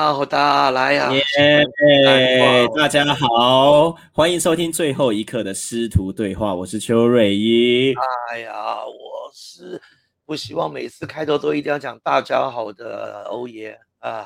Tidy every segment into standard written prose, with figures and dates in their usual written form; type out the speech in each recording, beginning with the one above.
好大来呀！ 耶、大家好，欢迎收听最后一刻的师徒对话，我是邱瑞一。 哎呀，我是不希望每次开头都一定要讲大家好的欧耶啊，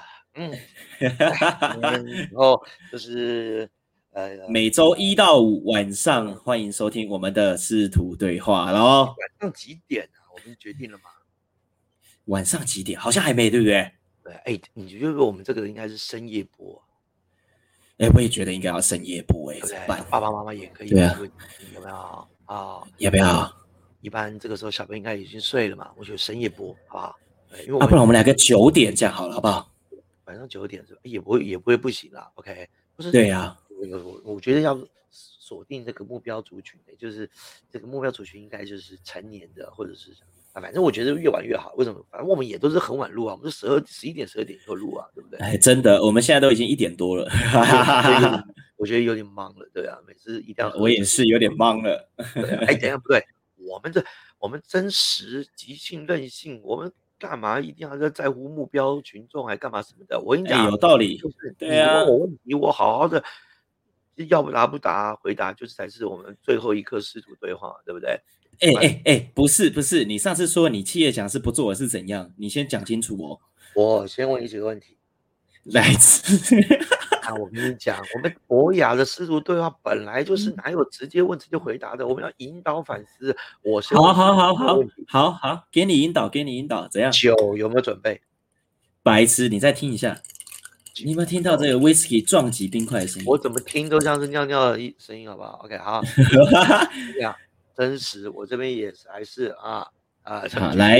然后就是每周一到五晚上，欢迎收听我们的师徒对话咯。 晚上几点啊？我们决定了吗？ 晚上几点？好像还没，对不对？ 对，你觉得我们这个应该是深夜播， 我也觉得应该要深夜播， 对不对？ 怎么办？ 爸爸妈妈也可以对啊， 一起听，有没有啊？ 要不要？ 一般这个时候小朋友应该已经睡了嘛，我觉得深夜播，好不好？对，因为不然我们来个9点这样好了，好不好？ 晚上9点是吧？也不会不行啦。OK，不是， 对啊， 我觉得要锁定这个目标族群，就是这个目标族群应该就是成年的，或者是反正我觉得越晚越好。为什么？反正我们也都是很晚录啊，我们是11点、12点以后录啊，对不对？ 真的，我们现在都已经1点多了， 我觉得有点忙了，对啊，每次一定要喝酒。 我也是有点忙了。 对啊，等一下不对，我们真实、即兴、任性，我们干嘛一定要在乎目标群众，还干嘛什么的？我跟你讲， 有道理， 就是对啊。 你问我问题，我好好的，要不答不答，回答就是才是我们最后一刻师徒对话，对不对？ 不是，你上次说你企业讲师不做的是怎样？你先讲清楚哦。 我先问你几个问题。 来自我跟你讲，我们博雅的师徒对话本来就是哪有直接问直接回答的，我们要引导反思。我先问好，给你引导，怎样？ 酒有没有准备？ 白痴，你再听一下，你有没有听到这个 whisky 撞击冰块的声音？ 我怎么听都像是尿尿的声音，好不好 ？OK， 好。这样真实，我这边也还是好来，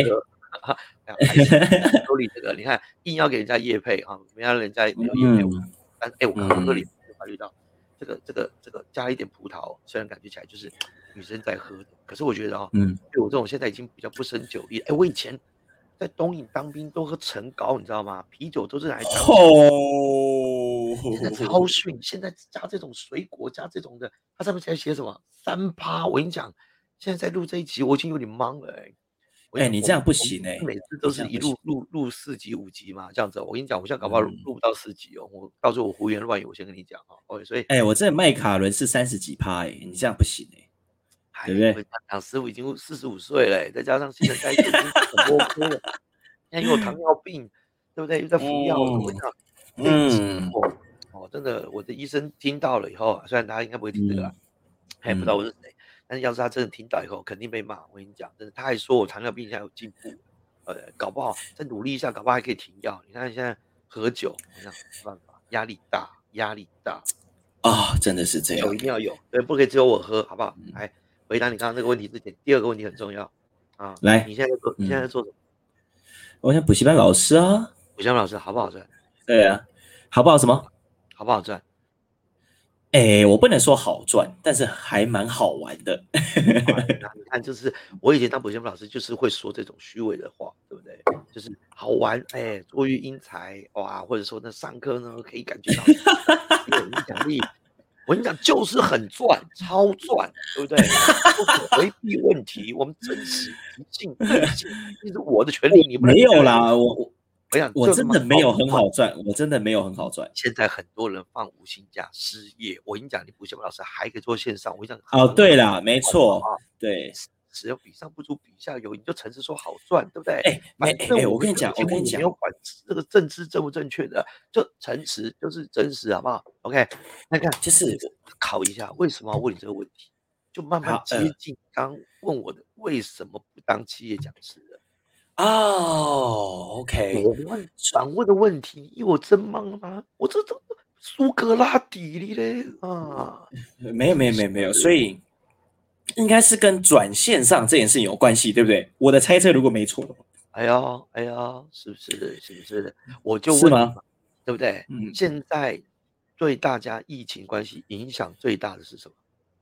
都理这个，你看硬要给人家业配啊，没让人家没有业配，但我刚刚喝里就考虑到这个加一点葡萄，虽然感觉起来就是女生在喝的，可是我觉得对我这种现在已经比较不胜酒力，我以前在东引当兵都喝陈高，你知道吗？啤酒都是拿来当现在超逊，现在加这种水果，加这种的，它上面在写什么3%？我跟你讲，现在在录这一集，我已经有点懵了你这样不行每次都是一路录4集5集嘛，这样子。我跟你讲，我现在搞不好录不到4集哦。我到时候我胡言乱语，我先跟你讲OK，所以我这麦卡伦是30几%，你这样不行对不对？ 讲师傅已经45岁了，再加上新陈代谢已经很多科了，现在又有糖尿病，对不对？又在服药，我讲真的，我的医生听到了以后，虽然他应该不会听这个啦，他也不知道我是谁，但是要是他真的听到以后，肯定被骂。我跟你讲，真的，他还说我糖尿病现在有进步，搞不好再努力一下，搞不好还可以停药。你看现在喝酒，我讲没办法，压力大真的是这样， 酒一定要有，对，不可以只有我喝，好不好？来回答你刚刚这个问题之前，第二个问题很重要来， 你现在在做什么？ 我想补习班老师啊， 补习班老师好不好赚？ 对啊，好不好？什么？ 好不好赚？ 我不能说好赚，但是还蛮好玩的。 你看，就是我以前当补习班老师，就是会说这种虚伪的话，对不对？就是好玩，作育英才，哇，或者说那上课呢，可以感觉到有影响力。我跟你讲，就是很赚，超赚，对不对？不回避问题，我们真实即兴，这是我的权利，你不能没有啦，我真的没有很好赚， 现在很多人放无薪假失业，我跟你讲，你补习班老师还可以做线上，我跟你讲对啦，没错，对， 只有比上不足比下有，你就诚实说好赚，对不对？ 我跟你讲， 没有管这个政治正不正确的，就诚实就是真实，好不好 ？OK， 那看就是考一下，为什么要问你这个问题？就慢慢接近刚问我的为什么不当企业讲师的。 OK， 反问的问题，因为我真懵吗？我这苏格拉底哩嘞没有，所以应该是跟转线上这件事情有关系，对不对？我的猜测如果没错， 哎呀，是不是？我就问你嘛，对不对？现在对大家疫情关系影响最大的是什么？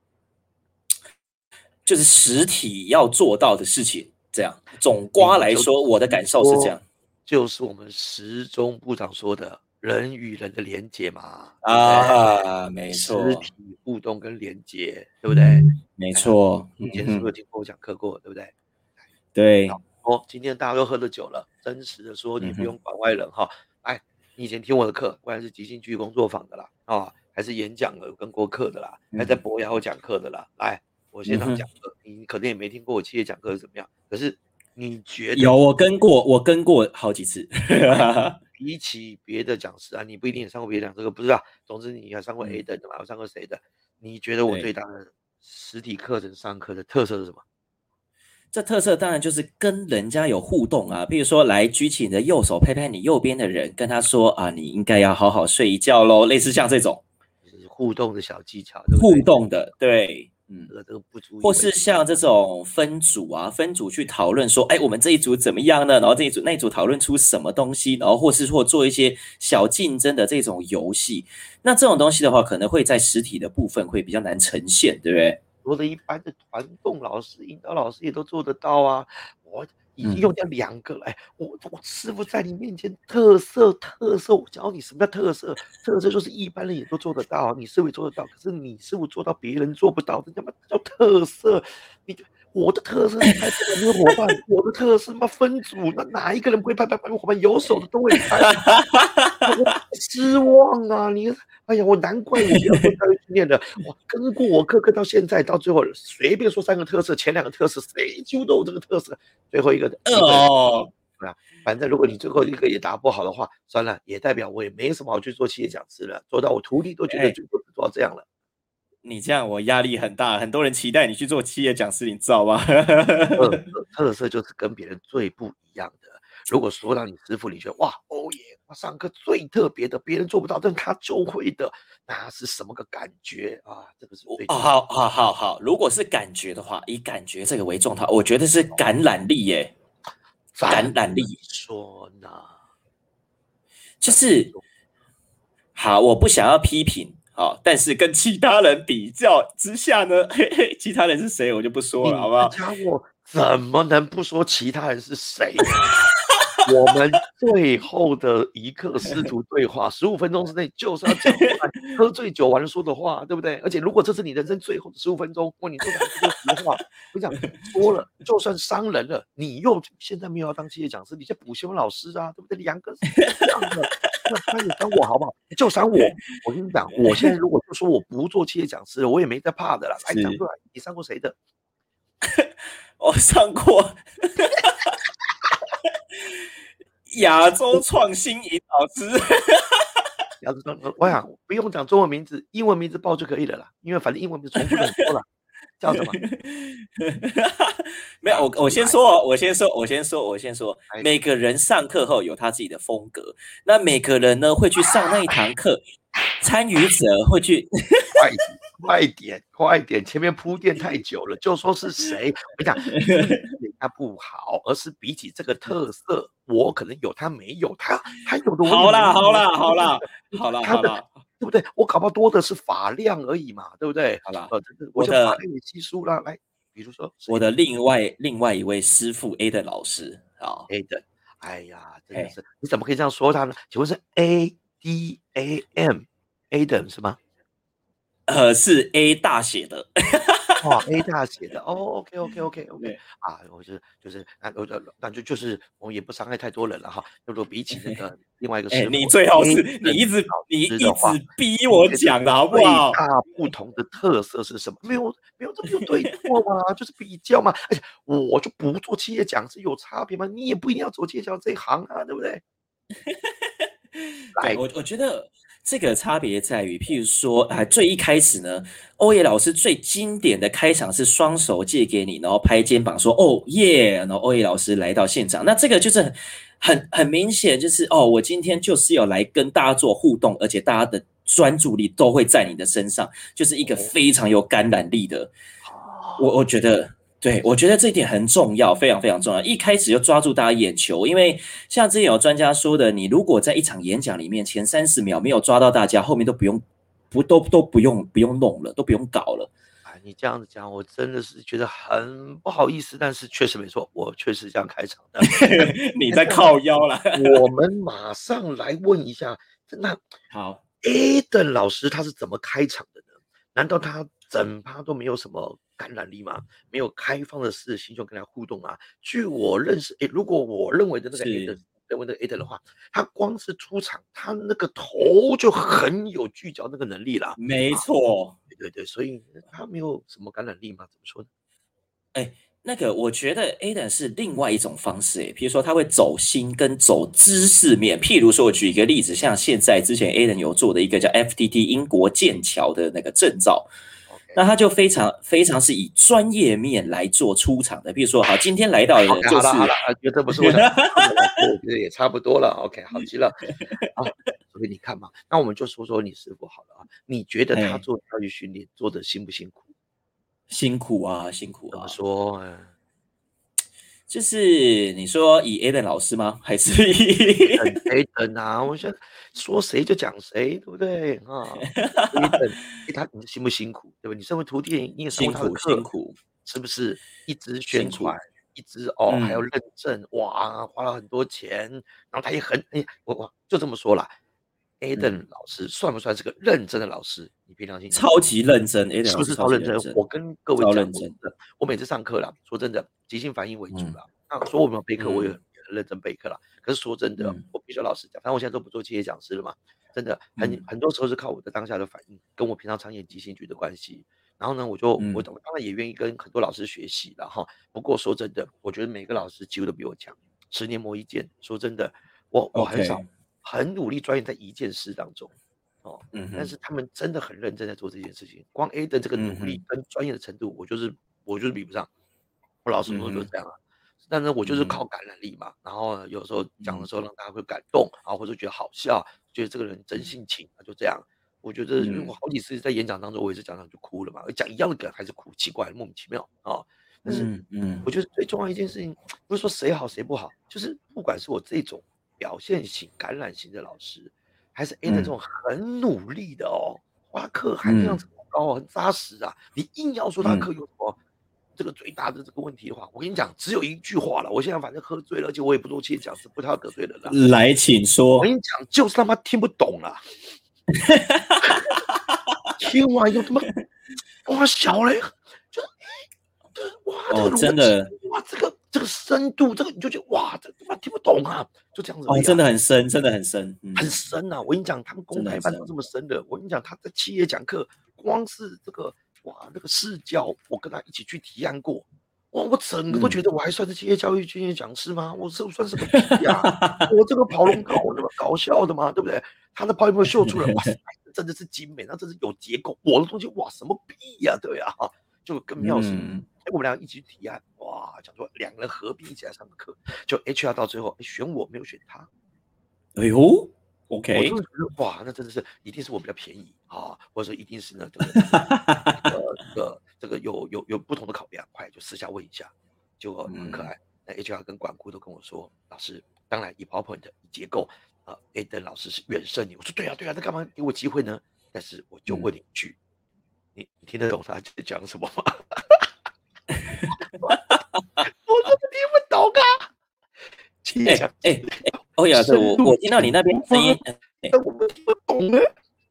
就是实体要做到的事情。这样总括来说，我的感受是这样， 就是我们时中部长说的人与人的连结嘛， 没错， 实体互动跟连结，对不对？ 没错， 以前是不是听过我讲课过，对不对？ 对。 今天大家都喝了酒了，真实的说，你不用管外人哈。来， 你以前听我的课，不管是即兴剧工作坊的啦，还是演讲的跟过课的啦，还是在博雅有讲课的啦，来，我现场讲课，你可能也没听过我企业讲课是怎么样，可是你觉得有我跟过好几次。 比起别的讲师啊，你不一定也上过别的讲师，不是啊。总之你还上过 A 等的嘛，我上过谁的？你觉得我最大的实体课程上课的特色是什么？ 这特色当然就是跟人家有互动啊，比如说来举起你的右手，拍拍你右边的人，跟他说啊，你应该要好好睡一觉咯，类似像这种就是互动的小技巧，对不对？ 互动的，对， 这个不足以。 或是像这种分组啊，分组去讨论说，哎，我们这一组怎么样呢？然后这一组那一组讨论出什么东西，然后或做一些小竞争的这种游戏，那这种东西的话，可能会在实体的部分会比较难呈现，对不对？ 多的一般的传动老师、引导老师也都做得到啊。我已经用掉2个了，我师傅在你面前特色，我教你什么叫特色，就是一般人也都做得到，你师傅也做得到，可是你师傅做到别人做不到，这叫特色。我的特色是拍没有伙伴，我的特色嘛分组，那哪一个人不会拍伙伴？有手的都会拍，失望啊！哎呀，我难怪我不要做教育训练的，我跟过我课到现在，到最后随便说3个特色，前2个特色谁就都有这个特色，最后一个对啊，反正如果你最后一个也答不好的话，算了，也代表我也没什么好去做企业讲师了，做到我徒弟都觉得最多做到这样了。 你这样我压力很大，很多人期待你去做企业讲师，你知道吗？ 特色就是跟别人最不一样的。如果说到你师傅，你觉得哇，欧耶，他上课最特别的，别人做不到，但他就会的，那是什么个感觉啊？这个是最好。如果是感觉的话，以感觉这个为重的话，我觉得是感染力耶。感染力说呢， 就是好，我不想要批评。但是跟其他人比较之下呢，其他人是谁我就不说了，好不好？ 家伙怎么能不说其他人是谁呢？我们最后的一课师徒对话，15分钟之内就是要讲完喝醉酒完了说的话，对不对？而且如果这是你人生最后的15分钟，你做的还是实话，我讲说了，就算伤人了，你又现在没有要当企业讲师，你在补习班老师啊，对不对？2个是一样的，那他也伤我好不好？就伤我，我跟你讲，我现在如果就说我不做企业讲师，我也没在怕的啦。来讲出来，你上过谁的？ 我上过亚洲创新引导师。 我想不用讲中文名字，英文名字报就可以了啦，因为反正英文名字重复的很多了。叫什么？ 没有，我先说，每个人上课后有他自己的风格，那每个人呢会去上那一堂课，参与者会去快点，前面铺垫太久了，就说是谁？我讲他不好，而是比起这个特色，我可能有他没有他有的。 好啦， 对不对？我搞不好多的是发量而已嘛，对不对？ 好啦， 我就发量也稀疏啦。来，比如说我的另外一位师傅 A 的老师啊 ，A 的，哎呀，真的是，你怎么可以这样说他呢？请问是 ADAM？A 等是吗？ 是 A 大写的。 A 大写的OK，啊，我就是那就是我们也不伤害太多人了哈。如果比起那个另外一个师傅， 你最好是你一直逼我讲的好不好？ 最大不同的特色是什么？没有这没有对错嘛，就是比较嘛。而且我就不做企业讲师有差别吗？你也不一定要走企业讲师这一行啊，对不对？ 对，我觉得这个差别在于，譬如说，最一开始呢，欧耶老师最经典的开场是双手借给你，然后拍肩膀说“哦耶”，然后欧耶老师来到现场，那这个就是很明显，就是我今天就是要来跟大家做互动，而且大家的专注力都会在你的身上，就是一个非常有感染力的。我觉得。对，我觉得这一点很重要，非常非常重要。一开始就抓住大家眼球，因为像之前有专家说的，你如果在一场演讲里面前30秒没有抓到大家，后面都不用弄了，都不用搞了。 你这样子讲，我真的是觉得很不好意思，但是确实没错，我确实这样开场的。 你在靠腰啦。 我们马上来问一下，那好 A 的老师他是怎么开场的呢？难道他整趴都没有什么感染力吗？没有开放的心胸跟他互动吗？据我认识，如果我认为的那个 A 的在问那个 Aden 的话，他光是出场，他那个头就很有聚焦那个能力啦。 没错。 对对对，所以他没有什么感染力吗？怎么说呢？ 哎，那个我觉得 Aden 是另外一种方式，比如说他会走心跟走知识面。譬如说，我举一个例子，像现在之前 Aden 有做的一个叫 FTT 英国剑桥的那个证照， OK， 那他就非常非常是以专业面来做出场的。比如说，好，今天来到的 OK， 就是好了好了，觉得这不是我想听的老师，我觉得也差不多了。OK，好极了。好，所以你看嘛，那我们就说说你师傅好了啊，你觉得他嘿， 做教育训练做的辛不辛苦？ 辛苦啊，辛苦怎么啊。 说？ 就是你说以 Aden 老师吗？还是以等啊，我现在说谁就讲谁，对不对？啊，等，你辛不辛苦，对吧？你身为徒弟，你也上过辛苦辛他的课， 苦是不是？一直宣传， 辛苦？ 一直还要嗯认证，哇，花了很多钱，然后他也很我就这么说啦嗯， Aden 老师算不算是个认真的老师？你凭良心讲。 超级认真，Aden 是不老师超级是超认真？ 认真， 我跟各位讲， 超认真。 我每次上课啦，说真的，即兴反应为主嗯啦。那说我有没有备课，我也嗯很认真备课啦。可是说真的， 嗯我必须要老实讲，反正我现在都不做企业讲师了嘛，真的嗯很多时候是靠我的当下的反应，跟我平常常演即兴剧的关系。然后呢，我嗯当然也愿意跟很多老师学习了哈。不过说真的，我觉得每个老师几乎都比我强，10年磨一剑。说真的，我很少 ，OK， 很努力钻研在一件事当中。哦，但嗯哼， 是他们真的很认真在做这件事情。光 A 的这个努力嗯哼， 跟专业的程度，我就是比不上。我老实说就是嗯哼， 这样啊。但是我就是嗯哼， 靠感染力嘛，然后呢，有时候讲的嗯时候让大家会感动啊，或者觉得好笑，觉得这个人真性情啊，就这样。我觉得我嗯好几次在演讲当中，我也是讲就哭了嘛，讲一样的梗还是哭，奇怪，莫名其妙啊。但是嗯嗯我觉得最重要一件事情，不是说谁好谁不好，就是不管是我这种表现型、感染型的老师，还是 A 的这嗯种很努力的花课含量嗯这么高很扎实啊。你硬要说他嗯， 课有什么这个最大的这个问题的话，我跟你讲，只有一句话了。我现在反正喝醉了，而且我也不做企业讲师，不太要得罪人了。 来，请说。 我跟你讲，就是他妈听不懂了，听完又他妈哇小嘞，就是哇这个哦，真逻辑， 的， 哇这个深度，这个你就觉得哇这他妈听不懂啊，就这样子而哦， 已啊。 真的很深，真的很深， 很深呐、我跟你讲，他们公真的很深。 开班都这么深的。我跟你讲，他在企业讲课，光是这个哇，那个视教，我跟他一起去提案过，哇，我整个都觉嗯， 得我还算是企业教育专业讲师吗？我这算是个屁呀、我这个跑龙套那么搞笑的吗？对不对？他的跑有没有秀出来？哇塞，真的是精美，那真是有结构。我的东西哇，什么屁呀、对呀、就更妙是， 嗯， 我们俩一起去提案，哇，讲说两个人合并一起来上个课，就 HR 到最后选我没有选他。 哎呦我真 ，OK， 的觉得，哇，那真的是一定是我比较便宜啊，或者说一定是呢，这个有不同的考量，快就私下问一下，就很可嗯爱。那 HR 跟管顾都跟我说，老师，当然以 PowerPoint 以结构，Aden 老师是远胜你。我说对啊对啊，那干嘛给我机会呢？但是我就嗯， 问你一句，你听得懂他在讲什么吗？我真的听不懂啊！企业讲哎，欧阳老师， 深度我听到你那边出发， 声音， 但我们听不懂呢。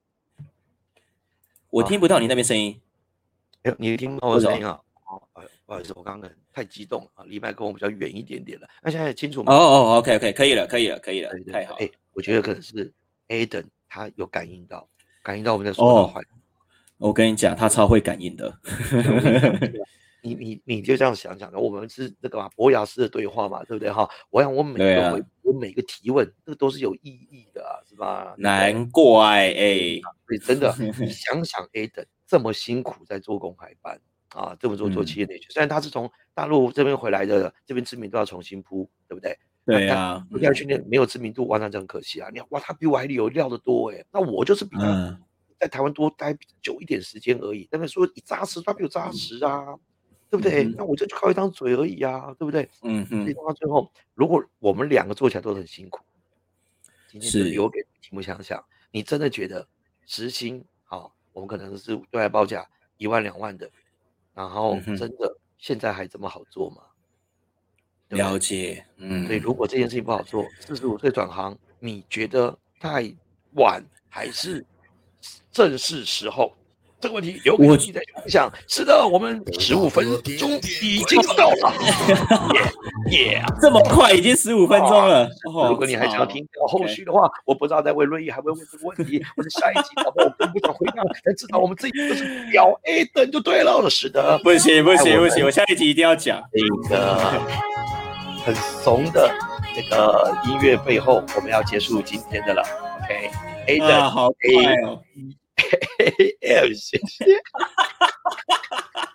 我听不到你那边声音， 哎，你听到我为什么？ 的声音啊？不好意思，我刚刚太激动了啊，离麦克风比较远一点点了。那现在清楚吗？ 哦哦，OK，可以了，可以了，可以了， 对对， 太好了。 我觉得可能是 Aden 他有感应到我们在说的哦， 话。 我跟你讲，他超会感应的。 对，我跟你讲，你就这样想想，我们是这个嘛博雅式的对话嘛，对不对哈？我想我每对啊， 个我每个提问，这个都是有意义的啊，是吧？对不对？ 难怪哎， 所以真的，你想想 Aden 这么辛苦在做公开班啊，这么做企嗯， 业内训，虽然他是从大陆这边回来的，这边知名度要重新铺，对不对？那他对啊， 做教育训练没有知名度，哇，那就很可惜啊。哇，他比我还有料的多那我就是比他嗯在台湾多待久一点时间而已。但是说你扎实，他比我扎实啊，对不对？ 嗯那我就靠一张嘴而已啊，对不对？ 嗯哼， 所以到最后，如果我们两个做起来都很辛苦，今天就是， 留给题目想想，你真的觉得时薪我们可能是对外报价1万2万的，然后嗯哼， 真的现在还这么好做吗？对不对？ 了解， 所以如果这件事情不好做，45岁转行，你觉得太晚还是正是时候？ 这个问题留给你再想想。是的，我们15分钟已经到了， 这么快已经15分钟了。 如果你还想要听后续的话，我不知道在问瑞毅还会问这个问题，或者下一集，然后我更不想回答，才知道我们这一集就是表 A 等就对了。是的， 不行，我下一集一定要讲这个很怂的那个音乐背后，我们要结束今天的了。OK，A 等好快哦。 谢谢。